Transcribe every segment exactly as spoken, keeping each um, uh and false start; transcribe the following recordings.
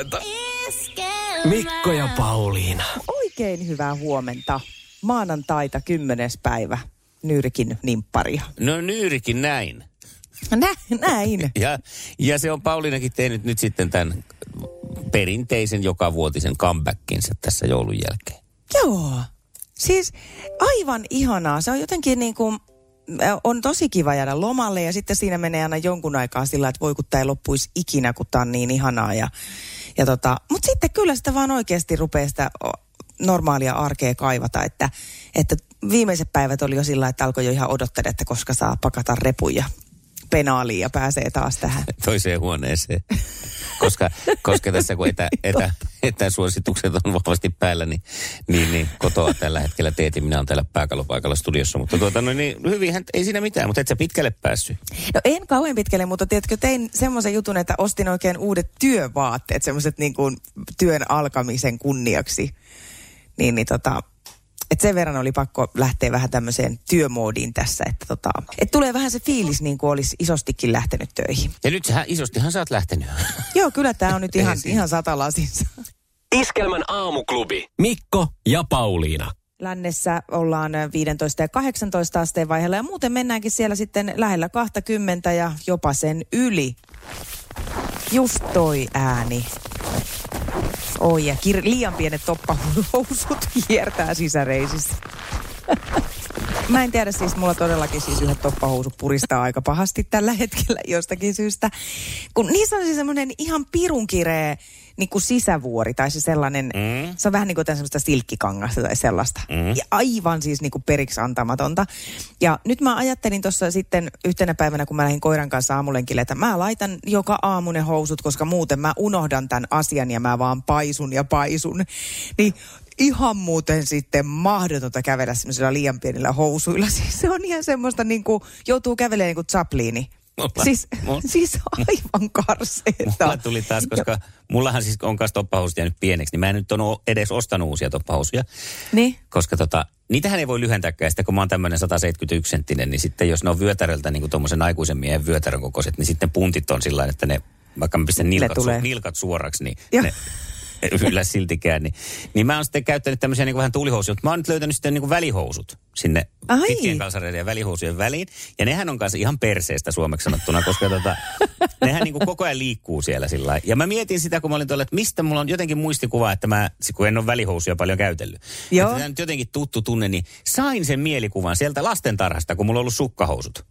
huomenta. Mikko ja Pauliina. Oikein hyvää huomenta. Maanantaita kymmenes päivä. Nyyrikin nimpparia. No Nyyrikin näin. Nä, näin. Ja, ja se on Pauliinakin tehnyt nyt sitten tämän perinteisen jokavuotisen comebackinsa tässä joulun jälkeen. Joo. Siis aivan ihanaa. Se on jotenkin niin kuin, on tosi kiva jäädä lomalle ja sitten siinä menee aina jonkun aikaa sillä, että voi kun tämä ei loppuisi ikinä, kun tämä on niin ihanaa. Ja, ja tota, mutta sitten kyllä sitä vaan oikeasti rupeaa sitä normaalia arkea kaivata, että, että viimeiset päivät oli jo sillä, että alkoi jo ihan odottaa, että koska saa pakata repuja penaaliin ja pääsee taas tähän. Toiseen huoneeseen. Koska, koska tässä kun etä, etä, etäsuositukset on vahvasti päällä, niin, niin, niin kotoa tällä hetkellä teet ja minä olen täällä pääkallopaikalla studiossa. Mutta tuota, no niin, hyvinhän, ei siinä mitään, mutta et sä pitkälle päässyt. No en kauhean pitkälle, mutta tiedätkö, tein semmoisen jutun, että ostin oikein uudet työvaatteet, semmoiset niin kuin työn alkamisen kunniaksi. Niin, niin tota... Että sen verran oli pakko lähteä vähän tämmöiseen työmoodiin tässä, että tota, et tulee vähän se fiilis niin kuin olisi isostikin lähtenyt töihin. Ja nyt sähän isostihan sä oot lähtenyt. Joo, kyllä tämä on nyt ihan, ihan satalasinsa. Iskelmän aamuklubi. Mikko ja Pauliina. Lännessä ollaan viisitoista ja kahdeksantoista asteen vaiheella ja muuten mennäänkin siellä sitten lähellä kaksikymmentä ja jopa sen yli. Just toi ääni. Oi, ja kir- liian pienet toppahousut kiertää sisäreisissä. Mä en tiedä, siis mulla todellakin siis yhdet toppahousut puristaa aika pahasti tällä hetkellä jostakin syystä. Kun niissä on siis semmoinen ihan pirunkireä niin kuin sisävuori tai se sellainen, mm. se on vähän niin kuin semmoista silkkikangasta tai sellaista. Mm. Ja aivan siis niin kuin periksi antamatonta. Ja nyt mä ajattelin tuossa sitten yhtenä päivänä, kun mä lähdin koiran kanssa aamulenkille, että mä laitan joka aamu ne housut, koska muuten mä unohdan tämän asian ja mä vaan paisun ja paisun. Niin ihan muuten sitten mahdotonta kävellä semmoisilla liian pienillä housuilla. Siis se on ihan semmoista niin kuin, joutuu kävelemään niin kuin Chaplini. Mulla, siis, mulla, siis aivan karseeta. Mulla tuli taas, koska mullahan siis on kanssa toppahousut jäänyt pieneksi, niin mä en nyt ole edes ostanut uusia toppahousuja. Niin? Koska tota, niitähän ei voi lyhentääkään. Sitten kun mä oon tämmöinen sata seitsemänkymmentäyksi senttinen, niin sitten jos ne on vyötäröltä niin kuin tommosen aikuisen miehen vyötärön kokoiset, niin sitten puntit on sillä että ne, vaikka mä pistän nilkat, su, nilkat suoraksi, niin Joo. ne yllä siltikään. Niin, niin mä oon sitten käyttänyt tämmöisiä niin kuin vähän tuulihousuja, mutta mä oon nyt löytänyt sitten niin kuin välihousut sinne Ai. pitkien kalsareiden ja välihousujen väliin. Ja nehän on kanssa ihan perseestä suomeksi sanottuna, koska tota, nehän niin kuin koko ajan liikkuu siellä sillä lailla. Ja mä mietin sitä, kun mä olin tuolla, että mistä mulla on jotenkin muistikuva, että mä, kun en ole välihousuja paljon käytellyt. Joo. Että tämä nyt jotenkin tuttu tunne, niin sain sen mielikuvan sieltä lastentarhasta, kun mulla on ollut sukkahousut.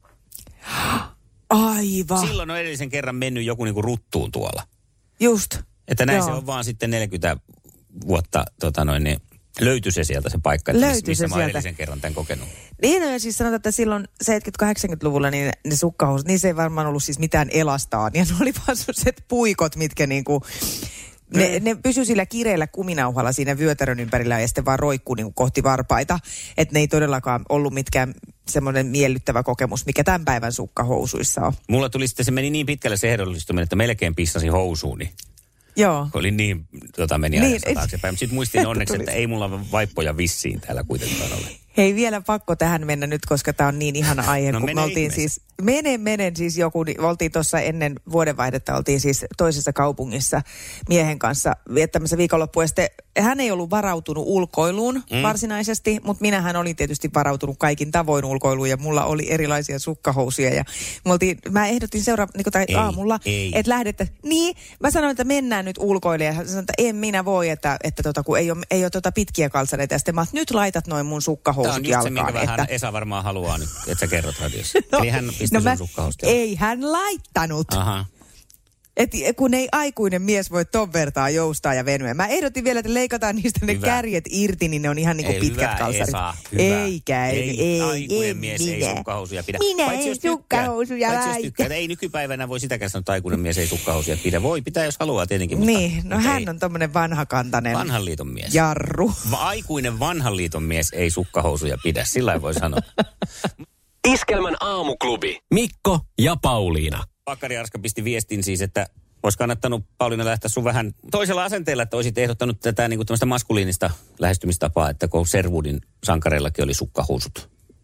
Aivan. Silloin on edellisen kerran mennyt joku niin kuin ruttuun tuolla. Just. Että näin Joo. se on vaan sitten neljäkymmentä vuotta tota noin, niin löytyi se sieltä se paikka, että missä, missä mä oon edellisen kerran tämän kokenut. Niin, no, siis sanotaan, että silloin seitsemänkymmentä-kahdeksankymmentäluvulla niin ne sukkahousut, niin se ei varmaan ollut siis mitään elastaan. Ja ne oli vaan sellaiset puikot, mitkä niinku, ne, ne pysyi sillä kireellä kuminauhalla siinä vyötärön ympärillä ja sitten vaan roikkuu niinku kohti varpaita. Että ne ei todellakaan ollut mitkään semmoinen miellyttävä kokemus, mikä tämän päivän sukkahousuissa on. Mulla tuli sitten, se meni niin pitkälle se ehdollistuminen, että melkein pissasi housuuni. Joo. Oli niin, jota meni niin, ajassa taaksepäin. Mutta sitten muistin onneksi, että ei mulla vaippoja vissiin täällä kuitenkaan ole. Hei, vielä pakko tähän mennä nyt, koska tämä on niin ihana aihe. No kun me oltiin siis, menen, menen siis joku, niin oltiin tuossa ennen vuodenvaihdetta, oltiin siis toisessa kaupungissa miehen kanssa viettämässä viikonloppua. Ja sitten hän ei ollut varautunut ulkoiluun mm. varsinaisesti, mutta minähän olin tietysti varautunut kaikin tavoin ulkoiluun ja mulla oli erilaisia sukkahousuja. Ja me oltiin, mä ehdotin seuraava, niin tai ei, aamulla, että lähdette. Niin, mä sanoin, että mennään nyt ulkoille ja hän sanoi, että en minä voi, että, että tota, kun ei ole, ei ole tota pitkiä kalsareita. Ja sitten mä nyt laitat noin mun sukkahousut. Tämä on just se, minkä vähän että... Esa varmaan haluaa nyt, että sä kerrot radiossa. no, Eli hän pisti no sun sukkahousut. Ei hän laittanut. Aha. Et kun ei aikuinen mies voi ton vertaa joustaa ja venyä. Mä ehdotin vielä, että leikataan niistä ne hyvä. kärjet irti, niin ne on ihan niinku pitkät hyvä, kalsarit. Esa, hyvä. Ei käy, ei, ei, aikuinen ei, mies minä. ei sukkahousuja pidä. Minä paitsi ei sukkahousuja laita. Ei nykypäivänä voi sitäkään sanoa, että aikuinen mies ei sukkahousuja pidä. Voi pitää, jos haluaa tietenkin. Mutta, niin, no hän ei. on tommonen vanhakantainen. Vanhan liiton mies. Jarru. Va- aikuinen vanhan liiton mies ei sukkahousuja pidä, sillä ei voi sanoa. Iskelmän aamuklubi. Mikko ja Pauliina. Pakkari Arska pisti viestin siis, että olisi kannattanut, Pauliina, lähteä sun vähän toisella asenteella, että olisit ehdottanut tätä niin kuin tämmöistä maskuliinista lähestymistapaa, että kun Sherwoodin sankareillakin oli sukkahousut.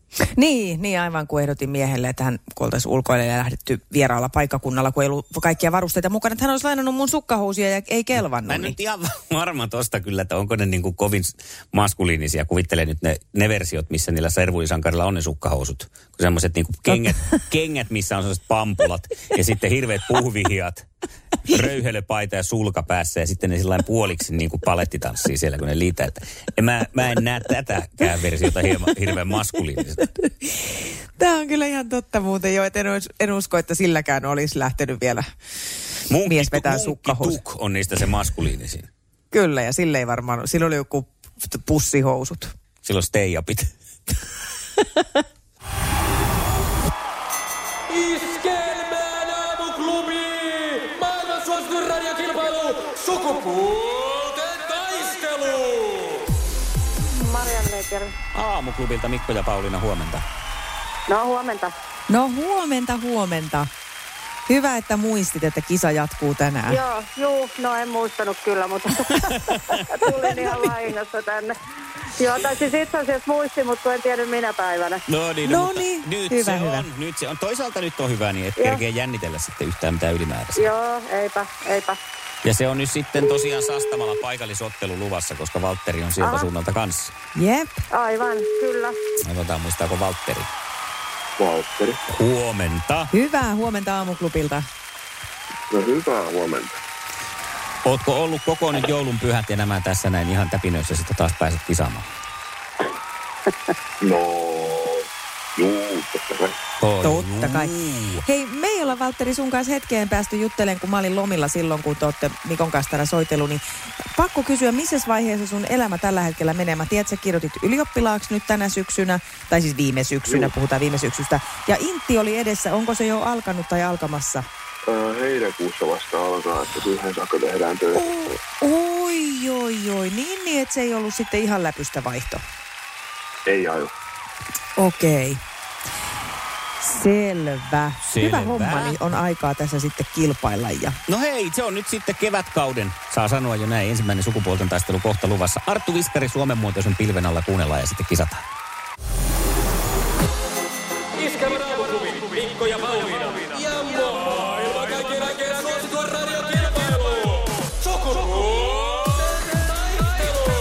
Niin, niin aivan kuin ehdotin miehelle, että hän kun oltaisiin ulkoille ja lähdetty vieraalla paikkakunnalla, kun ei ollut kaikkia varusteita mukana, että hän olisi lainannut mun sukkahousuja ja ei kelvannut. Mä en niin. nyt ihan varma tosta kyllä, että onko ne niin kuin kovin maskuliinisia. Kuvittelen nyt ne, ne versiot, missä niillä servulisankarilla on ne sukkahousut. Semmoiset niin kuin kengät, kengät, missä on sellaiset pampulat ja sitten hirveät puhvihiat, röyhelöpaita ja sulka päässä ja sitten ne sillain puoliksi niin kuin palettitanssii siellä, kun ne liitää. Että mä, mä en näe tätäkään versiota hieman, hirveän maskuliinisena. Tämä on kyllä ihan totta muuten jo, että en, olisi, en usko, että silläkään olisi lähtenyt vielä munkki, mies vetää sukkahousuja. Munkki on niistä se maskuliinisin. Kyllä, ja sille ei varmaan, sillä oli joku pussihousut. Silloin stay-upit. Iskelmään aamuklubi! Maailman suosituin radiokilpailu! Sukupuolten taistelu! Marianne Leiker. Aamuklubilta Mikko ja Pauliina, huomenta. No huomenta. No huomenta, huomenta. Hyvä, että muistit, että kisa jatkuu tänään. Joo, juu, no en muistanut kyllä, mutta tulin ihan vahingossa tänne. Joo, tai siis itse asiassa muistin, mutta kun en tiedä minä päivänä. No niin, no, no, mutta niin. nyt hyvä, se hyvä. on. Nyt se on. Toisaalta nyt on hyvä, niin et kerkeä jännitellä sitten yhtään mitään ylimääräistä. Joo, eipä, eipä. Ja se on nyt sitten tosiaan Sastamalla paikallisottelu luvassa, koska Valtteri on sieltä Aha. suunnalta kanssa. Jep. Aivan, kyllä. Katsotaan, muistaako Valtteri. Valtteri. Huomenta. Hyvää huomenta aamuklubilta. No hyvää huomenta. Ootko ollut koko nyt joulunpyhät ja nämä tässä näin ihan täpinöissä, sitten taas pääset kisaamaan? No, juu, totta kai. Oh, totta kai. Juu. Hei, me ei olla Valtteri sun kanssa hetkeen päästy juttelemaan, kun mä olin lomilla silloin, kun te ootte Mikon kanssa täällä soitellut, niin pakko kysyä, missä vaiheessa sun elämä tällä hetkellä menee? Mä tiedän, että sä kirjoitit ylioppilaaksi nyt tänä syksynä, tai siis viime syksynä, Juu. puhutaan viime syksystä. Ja Intti oli edessä, onko se jo alkanut tai alkamassa? Äh, heinäkuussa vasta alkaa, että siihen saakka tehdään töitä. Oh, oi, oi, oi, niin, niin, että se ei ollut sitten ihan läpystä vaihto. Ei aivan. Okei. Okay. Selvä. Selvä. Hyvä homma, niin on aikaa tässä sitten kilpailla. Ja... No hei, se on nyt sitten kevätkauden, saa sanoa jo näin, ensimmäinen sukupuolten taistelu kohta luvassa. Arttu Viskari Suomen muotoisen pilven alla kuunnellaan ja sitten kisataan. Iskelmän aamuklubi, Mikko ja Pauliina. Ja maailman kaikkien aikeen suosituen radiokilpailu. Sukupuolten taistelu.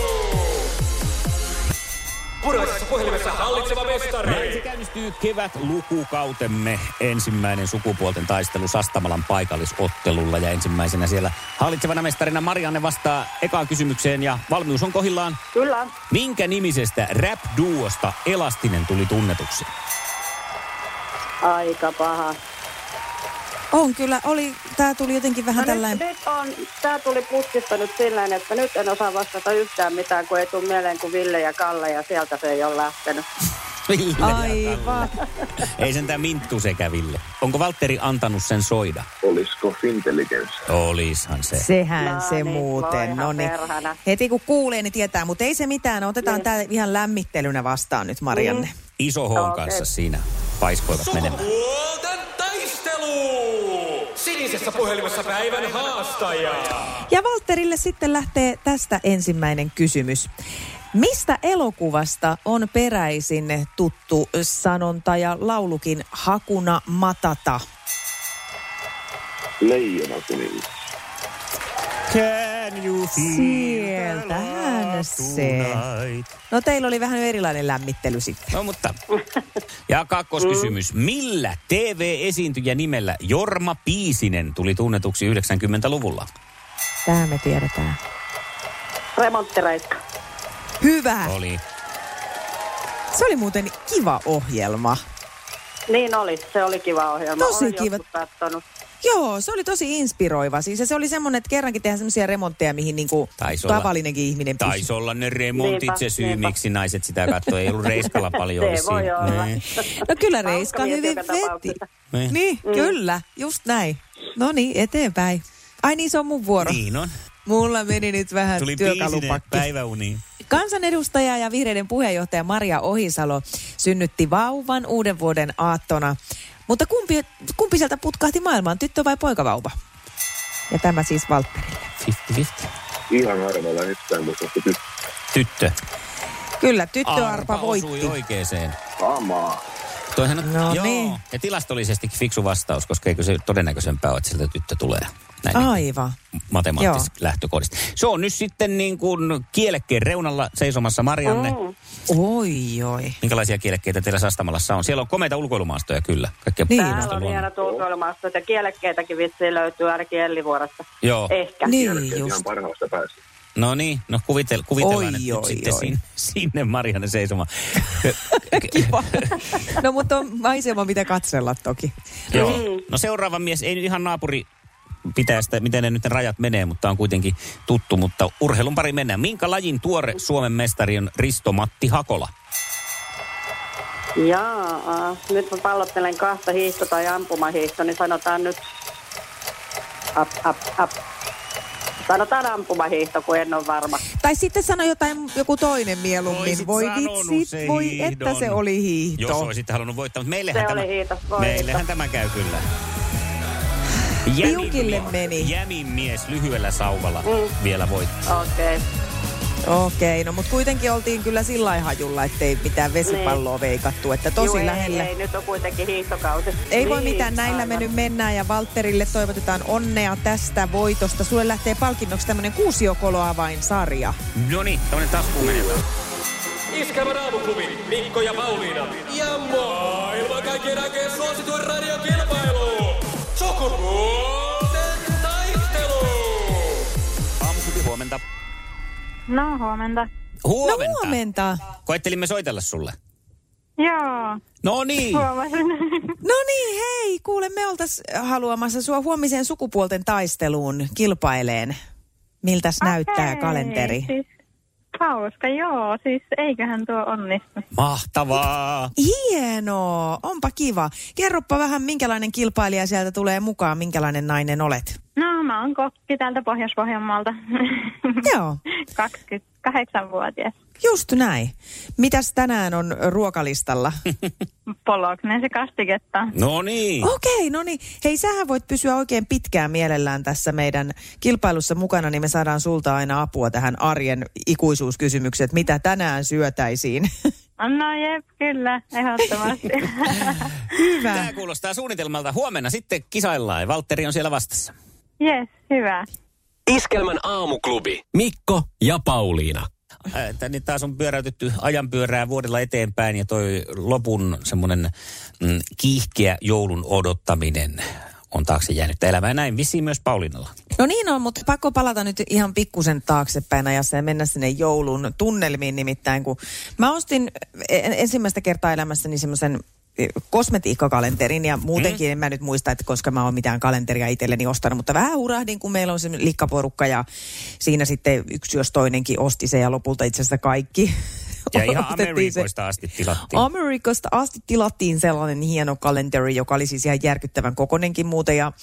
Puraisessa puhelimessa hallitseva mestari. Näin se käynnistyy kevätlukukautemme ensimmäinen sukupuolten taistelu Sastamalan paikallisottelulla. Ja ensimmäisenä siellä hallitsevana mestarina Marianne vastaa ekaan kysymykseen ja valmius on kohillaan. Kyllä. Minkä nimisestä rap-duosta Elastinen tuli tunnetuksi? Aika paha. On kyllä, oli, tää tuli jotenkin vähän no tällainen... Nyt, nyt on, tää tuli putkista nyt silleen, että nyt en osaa vastata yhtään mitään, kun ei tule mieleen kuin Ville ja Kalle ja sieltä se ei ole lähtenyt. Aivan. Ei sentään Minttu sekä Ville. Onko Valtteri antanut sen soida? Olisiko Fintelligence? Olishan se. Sehän no se niin, muuten. No niin. Perhana. Heti kun kuulee, niin tietää, mutta ei se mitään. Otetaan niin. tää ihan lämmittelynä vastaan nyt, Marianne. Mm. Iso H:n Okay. kanssa siinä paiskoivat menemään. Sukupuolten taistelu. Sinisessä puhelimessa päivän haastaja. Ja Valtterille sitten lähtee tästä ensimmäinen kysymys. Mistä elokuvasta on peräisin tuttu sanonta ja laulukin Hakuna Matata? Leijona kuningas. Can you Sieltähän se. No teillä oli vähän erilainen lämmittely sitten. No mutta. Ja kakkoskysymys. Millä T V-esiintyjä nimellä Jorma Piisinen tuli tunnetuksi yhdeksänkymmentäluvulla? Tämä me tiedetään. Remonttireikka. Hyvä. Oli. Se oli muuten kiva ohjelma. Niin oli, se oli kiva ohjelma. Tosi Olen kiva. Kattonut. Joo, se oli tosi inspiroiva. Siis se oli semmoinen, että kerrankin tehdään semmoisia remontteja, mihin niinku tavallinenkin ihminen pystyy. Taisi olla ne remontit niinpä, se syy, niinpä. miksi naiset sitä katsoi. Ei ollut Reiskalla paljon. Se voi siinä. olla. Nee. No kyllä Reiska hyvin veti. Nee. Niin, mm. kyllä, just näin. No niin, eteenpäin. Ai niin, se on mun vuoro. Niin on. Mulla meni nyt vähän Tuli työkalupakki. päiväuniin. Kansanedustaja ja vihreiden puheenjohtaja Maria Ohisalo synnytti vauvan uuden vuoden aattona. Mutta kumpi, kumpi sieltä putkahti maailmaan, tyttö vai poikavauva? Ja tämä siis Valtterille. viisikymmentä viisikymmentä. Ihan arvalla nyt tämän, mutta tyttö. Tyttö. Kyllä, tyttöarpa Arpa osui voitti. oikeeseen. Kamaa. Toihan on, No joo, niin. ja tilastollisestikin fiksu vastaus, koska eikö se todennäköisempää ole, että sieltä tyttö tulee. Näin Aivan. matemaattisesta lähtökohdista. Se on nyt sitten niin kuin kielekkeen reunalla seisomassa Marianne. Mm. Oi, oi. Minkälaisia kielekkeitä teillä Sastamalassa on? Siellä on komeita ulkoilumaastoja kyllä. Kaikkea Niin. Täällä on hienot ulkoilumaastot ja kielekkeitäkin vissiin löytyy ainakin Ellivuoresta. Joo. Ehkä. Niin Jälkeen just. ihan parhaasta päästä. No niin, no kuvitel, kuvitellaan, Oi, että nyt oi, sitten oi. sinne, sinne Marianne seisomaan. Kiva. No mutta on maisema mitä katsella toki. Joo. No seuraava mies, ei nyt ihan naapuri pitää sitä, miten ne nyt ne rajat menee, mutta on kuitenkin tuttu. Mutta urheilun pari mennään. Minkä lajin tuore Suomen mestari on Risto-Matti Hakola? Jaa, nyt mä pallottelen kahta hiihto- tai ampumahiihto, niin sanotaan nyt up, up, up. Sanotaan ampumahiihto, kun en ole varma. Tai sitten sano jotain, joku toinen mieluummin. Oisit Voi sanonut vitsit, sen voi hiihdon. että se oli hiihto. Jos olisit halunnut voittaa, mutta meillähän, Se tämä, oli hiihto, voi meillähän hiihto. tämä käy kyllä. Tiukille meni. Jämin mies lyhyellä sauvalla Mm. vielä voitti. Okei. Okay. Okei, no mutta kuitenkin oltiin kyllä sillä hajulla, ettei mitään vesipalloa veikattu, että tosi Juu, ei, lähellä. Ei, nyt on kuitenkin hiihtokausi. Ei voi Niin, mitään, näillä aivan. me nyt mennään ja Valtterille toivotetaan onnea tästä voitosta. Sulle lähtee palkinnoksi tämmönen kuusiokoloavainsarja. No niin, tämmönen taskuun menetään. Iskelmän aamuklubi, Mikko ja Pauliina. Ja maailman kaikkien aikeen suosituen radiokilpailu. Sukupuolten taistelu. Aamuklubi, huomenta. No, huomenta. Huomenta. No huomenta. Koettelimme soitella sulle. Joo, No niin. huomasin. No niin, hei, kuule, me oltais haluamassa sua huomiseen sukupuolten taisteluun kilpaileen. Miltäs näyttää Okei, kalenteri? Siis, hauska, joo. Siis eiköhän tuo onnistu. Mahtavaa. Hienoa, onpa kiva. Kerropa vähän, minkälainen kilpailija sieltä tulee mukaan, minkälainen nainen olet? No, mä oon kokki täältä Pohjois-Pohjanmaalta. Joo. kaksikymmentäkahdeksanvuotias. Just näin. Mitäs tänään on ruokalistalla? Poloknen se kastiketta. No niin. Okei, no niin. Hei, sähän voit pysyä oikein pitkään mielellään tässä meidän kilpailussa mukana, niin me saadaan sulta aina apua tähän arjen ikuisuuskysymykseen, että mitä tänään syötäisiin. No jep, kyllä, ehdottomasti. Hyvä. Tämä kuulostaa suunnitelmalta. Huomenna sitten kisaillaan ja Valtteri on siellä vastassa. Jes, hyvä. Iskelmän aamuklubi, Mikko ja Pauliina. Tänne taas on pyöräytetty ajanpyörää vuodella eteenpäin ja toi lopun semmoinen mm, kiihkeä joulun odottaminen on taakse jäänyt elämää. Näin vissiin myös Pauliinalla. No niin on, mutta pakko palata nyt ihan pikkusen taaksepäin ajassa ja mennä sinne joulun tunnelmiin nimittäin, kun mä ostin ensimmäistä kertaa elämässäni semmoisen kosmetiikkakalenterin ja muutenkin mm. en mä nyt muista, että koska mä oon mitään kalenteria itselleni ostanut, mutta vähän hurahdin, kun meillä on se likkaporukka ja siinä sitten yksi jos toinenkin osti se ja lopulta itse asiassa kaikki. Ja ihan Amerikoista asti tilattiin. Amerikoista asti tilattiin sellainen hieno kalenteri, joka oli siis ihan järkyttävän kokonenkin muuten ja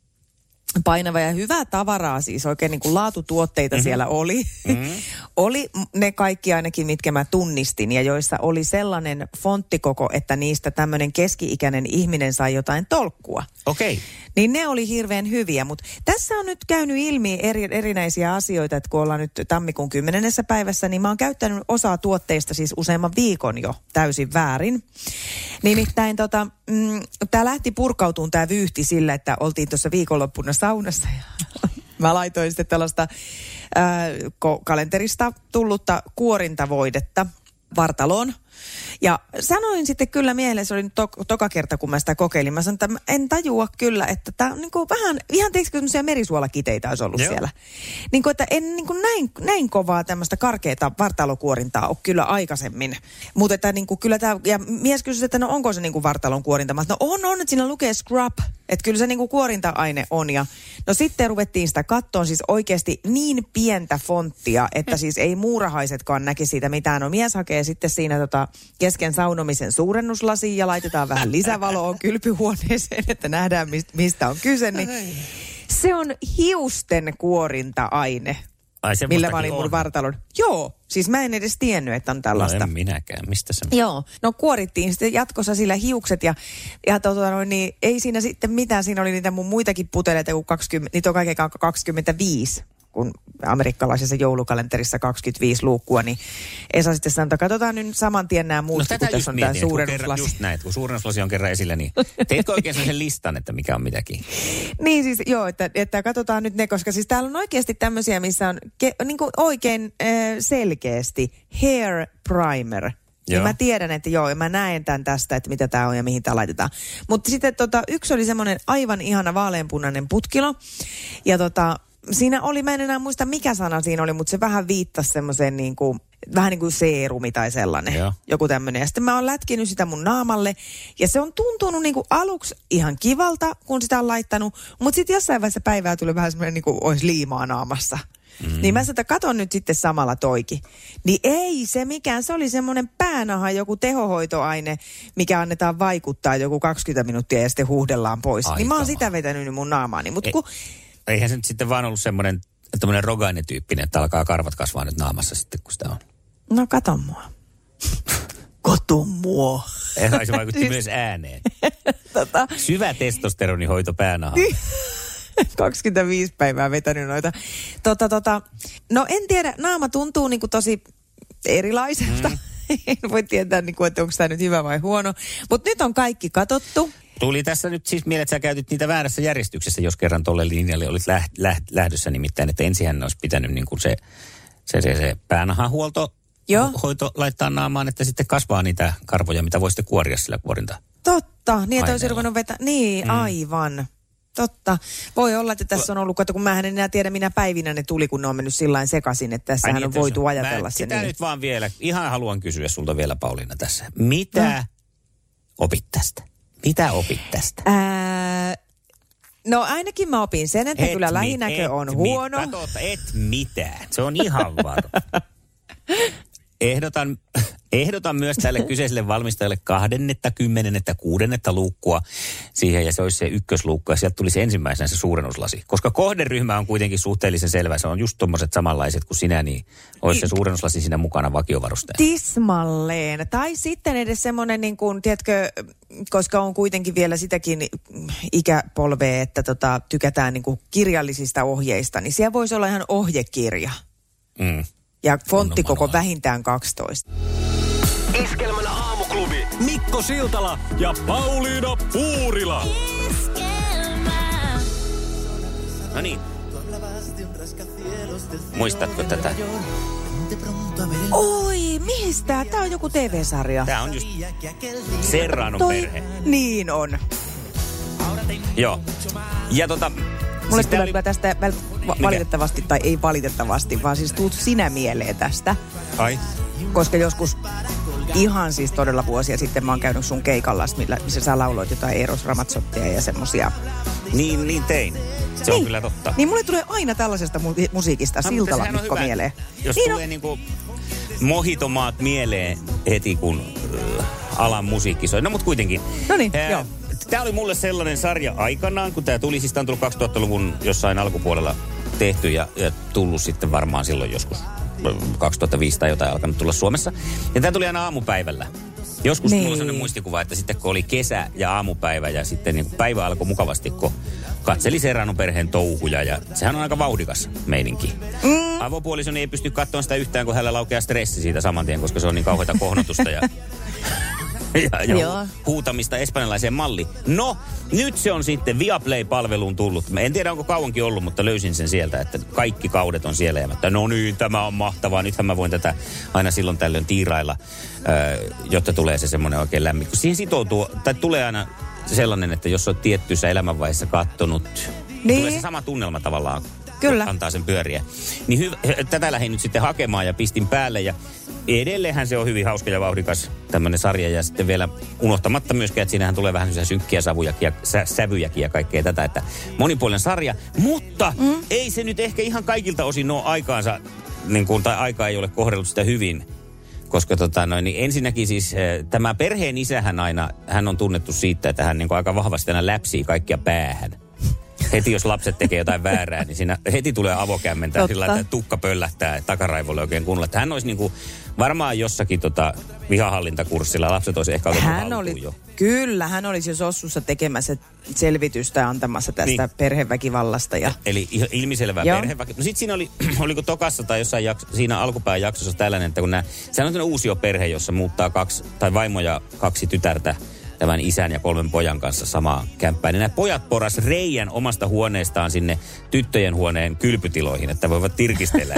painava ja hyvää tavaraa, siis oikein niin kuin laatutuotteita mm-hmm. siellä oli. Mm-hmm. Oli ne kaikki ainakin, mitkä mä tunnistin ja joissa oli sellainen fonttikoko, että niistä tämmöinen keski-ikäinen ihminen sai jotain tolkkua. Okei. Okay. Niin ne oli hirveän hyviä, mutta tässä on nyt käynyt ilmi eri, erinäisiä asioita, että kun ollaan nyt tammikuun kymmenennessä päivässä, niin mä oon käyttänyt osaa tuotteista siis useamman viikon jo täysin väärin. Nimittäin tota, mm, tää lähti purkautumaan tää vyyhti sillä, että oltiin tuossa viikonloppuna saunassa ja mä laitoin sitten tällaista ää, ko- kalenterista tullutta kuorintavoidetta vartaloon. Ja sanoin sitten kyllä miehelle, se oli nyt to- toka kerta, kun mä sitä kokeilin. Mä sanoin, että en tajua kyllä, että tämä on niin kuin vähän, ihan teikö semmoisia merisuolakiteitä olisi ollut Joo. siellä. Niin kuin, että en niin kuin näin, näin kovaa tämmöistä karkeata vartalokuorintaa ole kyllä aikaisemmin. Mutta että niin kuin kyllä tämä, ja mies kysyi, että no onko se niin kuin vartalon kuorinta? Mä sanoin, no on, on, että siinä lukee scrub. Että kyllä se niin kuin kuorinta-aine on. Ja no sitten ruvettiin sitä kattoon siis oikeasti niin pientä fonttia, että siis ei muurahaisetkaan näki siitä mitään. No mies hakee sitten siinä tota kesken saunomisen suurennuslasiin ja laitetaan vähän lisävaloa kylpyhuoneeseen, että nähdään mistä on kyse. Niin se on hiusten kuorinta-aine. Ai, millä mä olin mun vartalon. Joo, siis mä en edes tiennyt, että on tällaista. No en minäkään, mistä se? Joo, no kuorittiin sitten jatkossa sillä hiukset ja, ja tota noin, niin ei siinä sitten mitään, siinä oli niitä mun muitakin puteleita, kun kaksikymmentä, niitä on kaiken kaksikymmentäviisi kun amerikkalaisessa joulukalenterissa kaksikymmentäviisi luukkua, niin Esa sitten sanoi, että katsotaan nyt saman tien nämä muut, no, kun tässä on tämä suurennuslasi. Just näin, kun suurennuslasi on kerran esillä, niin teetkö oikein sen listan, että mikä on mitäkin? Niin siis joo, että, että katsotaan nyt ne, koska siis täällä on oikeasti tämmöisiä, missä on ke, niin kuin oikein äh, selkeästi hair primer. Ja mä tiedän, että joo, ja mä näen tämän tästä, että mitä tää on ja mihin tää laitetaan. Mutta sitten tota, yksi oli semmoinen aivan ihana vaaleanpunainen putkilo. Ja tota, siinä oli, mä en enää muista mikä sana siinä oli, mutta se vähän viittasi semmoiseen niin kuin, vähän niin kuin seerumi tai sellainen. Joo. Joku tämmöinen. Ja sitten mä oon lätkinyt sitä mun naamalle. Ja se on tuntunut niin kuin aluksi ihan kivalta, kun sitä on laittanut. Mutta sitten jossain vaiheessa päivää tuli vähän semmoinen niin kuin olisi liimaa naamassa. Mm. Niin mä sanoin, että katon nyt sitten samalla toikin. Niin ei se mikään, se oli semmoinen päänaha, joku tehohoitoaine, mikä annetaan vaikuttaa joku kaksikymmentä minuuttia ja sitten huuhdellaan pois. Aika. Niin mä oon sitä vetänyt mun naamaani. Mut kun... Eihän se nyt sitten vaan ollut semmoinen, tämmöinen rogaine-tyyppinen, että alkaa karvat kasvaa nyt naamassa sitten, kun sitä on. No kato mua. Kato mua. Eihän se vaikutti myös ääneen. tota... Syvä testosteronihoito päänaha. kaksikymmentäviisi päivää vetänyt noita. Tota, tota, no en tiedä, naama tuntuu niinku tosi erilaiselta. Mm. En voi tietää, niinku, että onko tämä nyt hyvä vai huono. Mutta nyt on kaikki katsottu. Tuli tässä nyt siis mieleen, että sä käytit niitä väärässä järjestyksessä, jos kerran tolle linjalle olit läht, läht, lähdössä nimittäin. Että ensinhän olisi pitänyt niinku se, se, se, se päänahahuolto hoito laittaa naamaan, että sitten kasvaa niitä karvoja, mitä voi sitten kuoria sillä kuorinta. Totta, niin että olisi ruvennut vetää. Niin, mm. aivan. Totta. Voi olla, että tässä on ollut, kun mä en enää tiedä, minä päivinä ne tuli, kun ne on mennyt sillain sekaisin, että tässähän niin, on voitu on. ajatella se. Sitä niin. Nyt vaan vielä, ihan haluan kysyä sulta vielä, Pauliina, tässä. Mitä no. opit tästä? Mitä opit tästä? Ää, no ainakin mä opin sen, että et kyllä mi, lähinäkö et on mi, huono. Kato, et mitään. Se on ihan varma. Ehdotan, ehdotan myös tälle kyseiselle valmistajalle kahdennetta, kymmenennettä, kuudennetta luukkua siihen, ja se olisi se ykkösluukku, ja sieltä tulisi ensimmäisenä se suurennuslasi. Koska kohderyhmä on kuitenkin suhteellisen selvä, se on just tommoset samanlaiset kuin sinä, niin olisi se suurennuslasi siinä mukana vakiovarusteena. Tismalleen. Tai sitten edes semmoinen, niin kuin, tiedätkö, koska on kuitenkin vielä sitäkin ikäpolvea, että tota, tykätään niin kuin kirjallisista ohjeista, niin siellä voisi olla ihan ohjekirja. Mm. Ja fonttikoko vähintään kaksitoista. Iskelmän aamuklubi Mikko Siltala ja Pauliina Puurila. Iskelmä. No niin. Muistatko tätä? Oi, mistä? Tää on joku T V-sarja. Tää on just Serranon Toi... perhe. Niin on. Joo. Ja tota... Mulle siis tulee oli... tästä väl- valitettavasti, tai ei valitettavasti, vaan siis tuut sinä mieleen tästä. Ai? Koska joskus ihan siis todella vuosia sitten mä oon käynyt sun keikalla, missä sä lauloit jotain Eros Ramazzottia ja semmosia. Niin, niin tein. Se niin. on kyllä totta. Niin mulle tulee aina tällaisesta mu- musiikista no, Siltala Mikko mieleen. Jos niin tulee no. niinku mohitomaat mieleen heti, kun äh, alan musiikki soi. No mut kuitenkin. No niin, äh, joo. Tämä oli mulle sellainen sarja aikanaan, kun tämä tuli, siis tämä on tullut kaksituhattaluvun jossain alkupuolella tehty ja, ja tullut sitten varmaan silloin joskus kaksituhattaviisi tai jotain alkanut tulla Suomessa. Ja tämä tuli aina aamupäivällä. Joskus niin. Mulla on sellainen muistikuva, että sitten kun oli kesä ja aamupäivä ja sitten niin päivä alkoi mukavasti, kun katseli Serranon perheen touhuja ja sehän on aika vauhdikas meininki. Mm. Avopuolisoni ei pysty katsomaan sitä yhtään, kun hänellä laukeaa stressi siitä saman tien, koska se on niin kauheata kohnotusta ja... Ja, ja huutamista espanjalaiseen malliin. No, nyt se on sitten Viaplay-palveluun tullut. En tiedä, onko kauankin ollut, mutta löysin sen sieltä, että kaikki kaudet on siellä. Ja että no niin, tämä on mahtavaa. Nythän mä voin tätä aina silloin tällöin tiirailla, jotta tulee se semmoinen oikein lämmin. Kun siihen sitoutuu, tai tulee aina sellainen, että jos on tiettyssä elämänvaiheessa kattonut, niin. Tulee se sama tunnelma tavallaan. Kyllä. Antaa sen pyöriä. Niin hy- tätä lähdin nyt sitten hakemaan ja pistin päälle ja edelleenhän se on hyvin hauska ja vauhdikas tämmöinen sarja ja sitten vielä unohtamatta myöskään, että siinähän tulee vähän synkkiä savujakin ja sä, sävyjäkin ja kaikkea tätä, että monipuolinen sarja, mutta mm. ei se nyt ehkä ihan kaikilta osin ole aikaansa, niin kuin, tai aika ei ole kohdellut sitä hyvin, koska tota noin, niin ensinnäkin siis tämä perheen isähän aina, hän on tunnettu siitä, että hän niin kuin aika vahvasti aina läpsii kaikkia päähän. heti jos lapset tekee jotain väärää, niin siinä heti tulee avokämmentä. Totta. Sillä että tukka pöllähtää takaraivolle oikein kunnolla. Että hän olisi niinku, varmaan jossakin tota, vihahallintakurssilla lapset olisi ehkä otettu Hän oli, jo. Kyllä, hän olisi jo Sossussa tekemässä selvitystä ja antamassa tästä niin. perheväkivallasta. Ja... Eli ilmiselvää perheväkivallasta. No sit siinä oli, oliko tokassa tai jossain jakso, siinä alkupään jaksossa tällainen, että kun nämä, sehän on sellainen uusio perhe, jossa muuttaa kaksi, tai vaimo ja kaksi tytärtä tämän isän ja kolmen pojan kanssa samaan kämppään. Niin nämä pojat poras reijän omasta huoneestaan sinne tyttöjen huoneen kylpytiloihin, että voivat tirkistellä.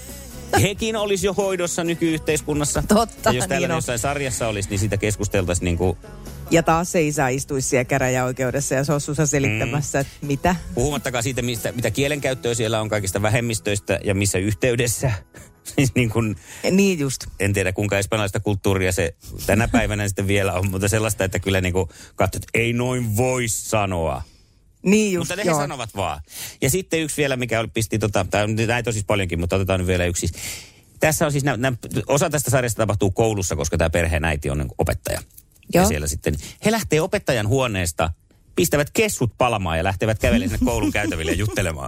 Hekin olisi jo hoidossa nykyyhteiskunnassa. Totta, ja jos tällainen niin jossain sarjassa olisi, niin siitä keskusteltaisiin niin kuin... Ja taas se isä istuisi siellä käräjäoikeudessa ja Sossussa selittämässä, mm. että mitä. Puhumattakaan siitä, mistä, mitä kielenkäyttöä siellä on kaikista vähemmistöistä ja missä yhteydessä. Siis niin kuin, niin just. En tiedä, kuinka espanjalaista kulttuuria se tänä päivänä sitten vielä on, mutta sellaista, että kyllä niin kuin katsot, että ei noin voi sanoa. Niin just, mutta ne he sanovat vaan. Ja sitten yksi vielä, mikä oli, pisti, tota, tai näitä on siis paljonkin, mutta otetaan nyt vielä yksi. Tässä on siis, nä, nä, osa tästä sarjasta tapahtuu koulussa, koska tämä perheen äiti on niin kuin opettaja. Joo. Ja siellä sitten, he lähtee opettajan huoneesta, pistävät kessut palamaan ja lähtevät kävelemään sinne koulun käytäville ja juttelemaan.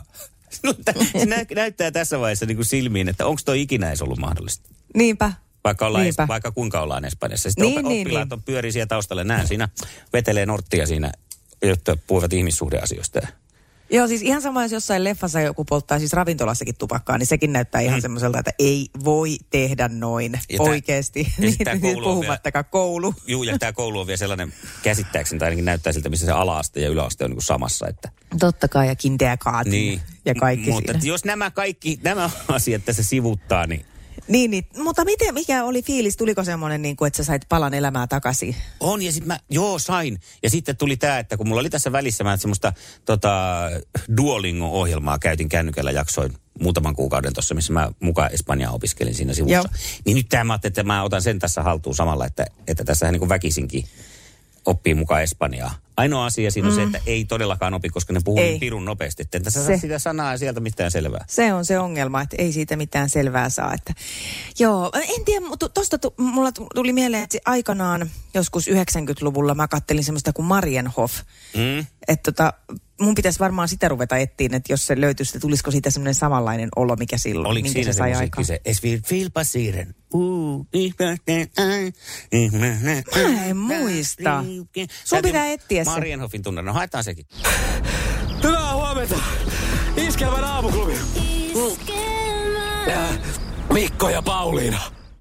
Se nä, näyttää tässä vaiheessa niin kuin silmiin, että onko toi ikinä edes ollut mahdollista. Niinpä. Vaikka, ollaan es, vaikka kuinka ollaan Espanjassa. Sitten niin, op, niin, oppilaat niin. on pyörii siellä taustalla. Näen siinä, vetelee norttia siinä, jotta puhuvat ihmissuhdeasioista. Joo, siis ihan sama, jos jossain leffassa joku polttaa siis ravintolassakin tupakkaa, niin sekin näyttää ihan mm. semmoiselta, että ei voi tehdä noin ja oikeasti. Tää, niin, puhumattakaan koulu. Juu, ja tämä koulu on vielä sellainen käsittääkseni, tai ainakin näyttää siltä, missä se ala-aste ja yläaste on niin kuin samassa. Että... Totta kai, ja kindergarten niin. ja kaikki Mutta siinä. Jos nämä kaikki, nämä asiat tässä sivuttaa, niin... Niin, niin, mutta miten, mikä oli fiilis? Tuliko semmoinen, niin kuin, että sä sait palan elämää takaisin? On, ja sitten mä, joo, sain. Ja sitten tuli tämä, että kun mulla oli tässä välissä, mä semmoista tota, Duolingo-ohjelmaa käytin kännykällä, jaksoin muutaman kuukauden tuossa, missä mä mukaan Espanjaa opiskelin siinä sivussa. Joo. Niin nyt tämä mä ajattelin, että mä otan sen tässä haltuun samalla, että, että tässä niin kuin väkisinkin oppii mukaan Espanjaa. Ainoa asia siinä on mm. se, että ei todellakaan opi, koska ne puhuu niin pirun nopeasti. Että en tässä se. saa sitä sanaa ja sieltä mitään selvää. Se on se ongelma, että ei siitä mitään selvää saa. Että... Joo, en tiedä, mutta tuosta tu, mulla tuli mieleen, että aikanaan joskus yhdeksänkymmentäluvulla mä kattelin semmoista kuin Marienhof. Mm. Että tota, mun pitäisi varmaan sitä ruveta etsiin, että jos se löytyisi, että tulisiko siitä semmoinen samanlainen olo, mikä silloin. Oliko siinä se, se musiikki se? Es vil viel passieren. Uh, mä en muista. Sun pitää etsiä se. Marienhofin tunnan. No haetaan sekin. Hyvää huomenta. Iskelmän aamuklubi. Mikko ja Pauliina.